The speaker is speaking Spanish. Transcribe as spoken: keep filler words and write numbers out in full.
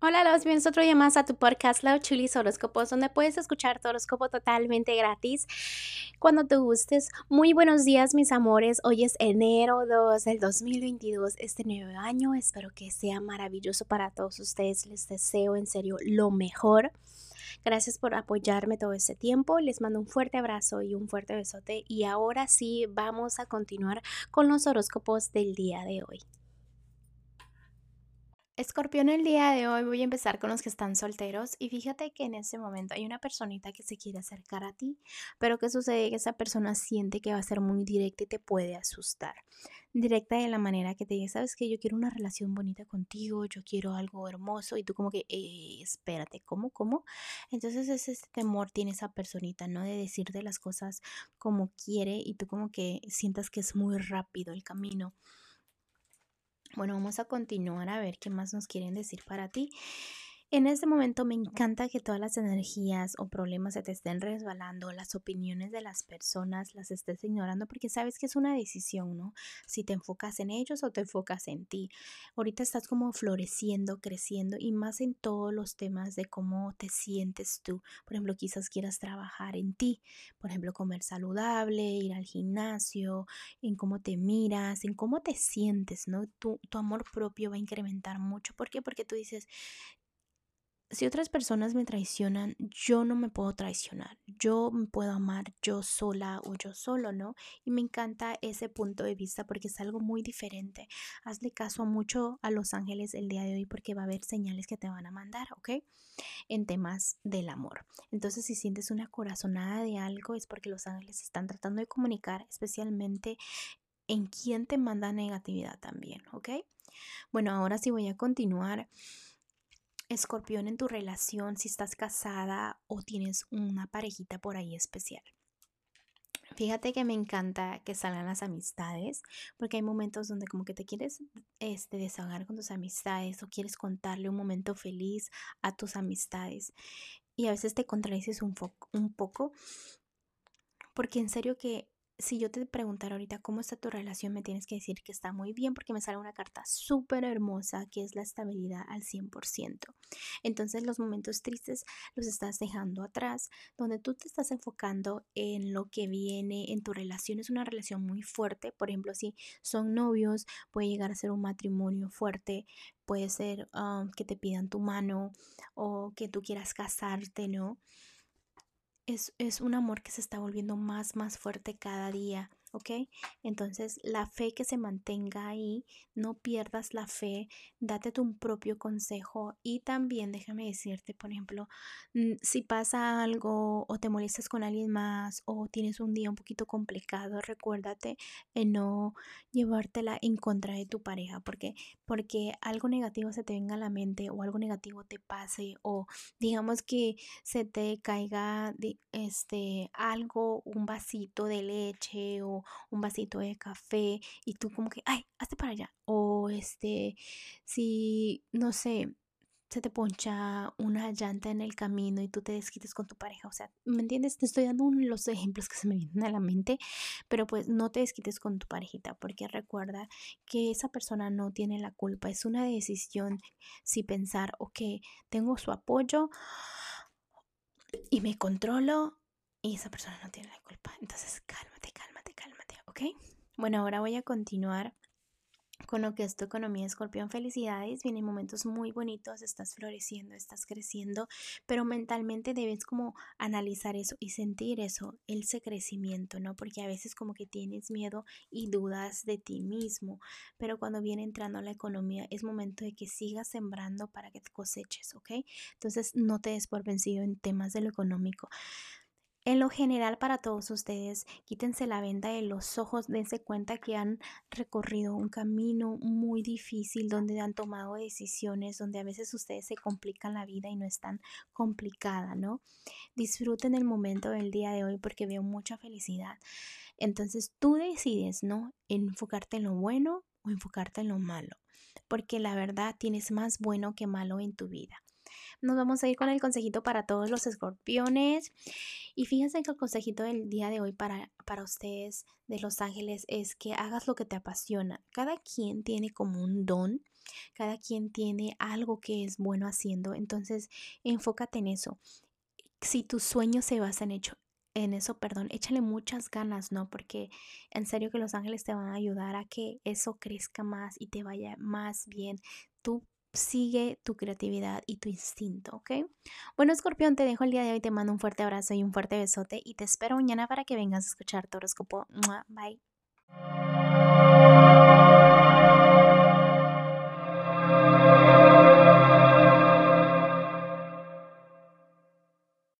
Hola, los bienvenidos otro día más a tu podcast Love Chulis Horóscopos, donde puedes escuchar tu horóscopo totalmente gratis cuando te gustes. Muy buenos días, mis amores. Hoy es enero dos del dos mil veintidós, este nuevo año. Espero que sea maravilloso para todos ustedes. Les deseo en serio lo mejor. Gracias por apoyarme todo este tiempo. Les mando un fuerte abrazo y un fuerte besote. Y ahora sí, vamos a continuar con los horóscopos del día de hoy. Escorpión, el día de hoy voy a empezar con los que están solteros y fíjate que en este momento hay una personita que se quiere acercar a ti, pero ¿qué sucede? Que esa persona siente que va a ser muy directa y te puede asustar. Directa de la manera que te diga, sabes que yo quiero una relación bonita contigo, yo quiero algo hermoso y tú como que, "Eh, espérate, ¿cómo, cómo?" Entonces es este temor tiene esa personita, ¿no? De decirte las cosas como quiere y tú como que sientas que es muy rápido el camino. Bueno, vamos a continuar a ver qué más nos quieren decir para ti. En este momento me encanta que todas las energías o problemas se te estén resbalando, las opiniones de las personas las estés ignorando porque sabes que es una decisión, ¿no? Si te enfocas en ellos o te enfocas en ti. Ahorita estás como floreciendo, creciendo y más en todos los temas de cómo te sientes tú. Por ejemplo, quizás quieras trabajar en ti, por ejemplo, comer saludable, ir al gimnasio, en cómo te miras, en cómo te sientes, ¿no? Tu, tu amor propio va a incrementar mucho. ¿Por qué? Porque tú dices, si otras personas me traicionan, yo no me puedo traicionar. Yo me puedo amar yo sola o yo solo, ¿no? Y me encanta ese punto de vista porque es algo muy diferente. Hazle caso a mucho a los ángeles el día de hoy porque va a haber señales que te van a mandar, ¿ok? En temas del amor. Entonces, si sientes una corazonada de algo, es porque los ángeles están tratando de comunicar, especialmente en quién te manda negatividad también, ¿ok? Bueno, ahora sí voy a continuar. Escorpión, en tu relación, si estás casada o tienes una parejita por ahí especial. Fíjate que me encanta que salgan las amistades, porque hay momentos donde como que te quieres este, desahogar con tus amistades o quieres contarle un momento feliz a tus amistades. Y a veces te contradices un, fo- un poco porque en serio que si yo te preguntara ahorita cómo está tu relación, me tienes que decir que está muy bien porque me sale una carta súper hermosa que es la estabilidad al cien por ciento. Entonces los momentos tristes los estás dejando atrás, donde tú te estás enfocando en lo que viene en tu relación. Es una relación muy fuerte, por ejemplo, si son novios, puede llegar a ser un matrimonio fuerte, puede ser um, que te pidan tu mano o que tú quieras casarte, ¿no? Es, es un amor que se está volviendo más, más fuerte cada día, ¿ok? Entonces, la fe que se mantenga ahí, no pierdas la fe, date tu propio consejo y también déjame decirte, por ejemplo, mm, si pasa algo o te molestas con alguien más o tienes un día un poquito complicado, recuérdate en no llevártela en contra de tu pareja, porque porque algo negativo se te venga a la mente o algo negativo te pase o digamos que se te caiga de, este, algo, un vasito de leche o un vasito de café y tú como que, ay, hazte para allá. O este, si, no sé, se te poncha una llanta en el camino y tú te desquites con tu pareja. O sea, ¿me entiendes? Te estoy dando un- los ejemplos que se me vienen a la mente, pero pues no te desquites con tu parejita porque recuerda que esa persona no tiene la culpa. Es una decisión si pensar, ok, tengo su apoyo y me controlo y esa persona no tiene la culpa. Entonces, cálmate, cálmate, cálmate, ¿ok? Bueno, ahora voy a continuar con lo que es tu economía, Escorpión. Felicidades, vienen momentos muy bonitos, estás floreciendo, estás creciendo, pero mentalmente debes como analizar eso y sentir eso, ese crecimiento, ¿no? Porque a veces como que tienes miedo y dudas de ti mismo, pero cuando viene entrando la economía es momento de que sigas sembrando para que te coseches, ¿ok? Entonces no te des por vencido en temas de lo económico. En lo general, para todos ustedes, quítense la venda de los ojos, dense cuenta que han recorrido un camino muy difícil, donde han tomado decisiones, donde a veces ustedes se complican la vida y no es tan complicada, ¿no? Disfruten el momento del día de hoy porque veo mucha felicidad. Entonces tú decides, ¿no? Enfocarte en lo bueno o enfocarte en lo malo, porque la verdad tienes más bueno que malo en tu vida. Nos vamos a ir con el consejito para todos los escorpiones. Y fíjense que el consejito del día de hoy para, para ustedes de Los Ángeles es que hagas lo que te apasiona. Cada quien tiene como un don Cada quien tiene algo que es bueno haciendo, entonces enfócate en eso. Si tu sueño se basa en hecho en eso, perdón, échale muchas ganas, ¿no? Porque en serio que los ángeles te van a ayudar a que eso crezca más y te vaya más bien. Tú sigue tu creatividad y tu instinto, ¿ok? Bueno, Escorpión, te dejo el día de hoy, te mando un fuerte abrazo y un fuerte besote y te espero mañana para que vengas a escuchar tu horóscopo. Mua, Bye.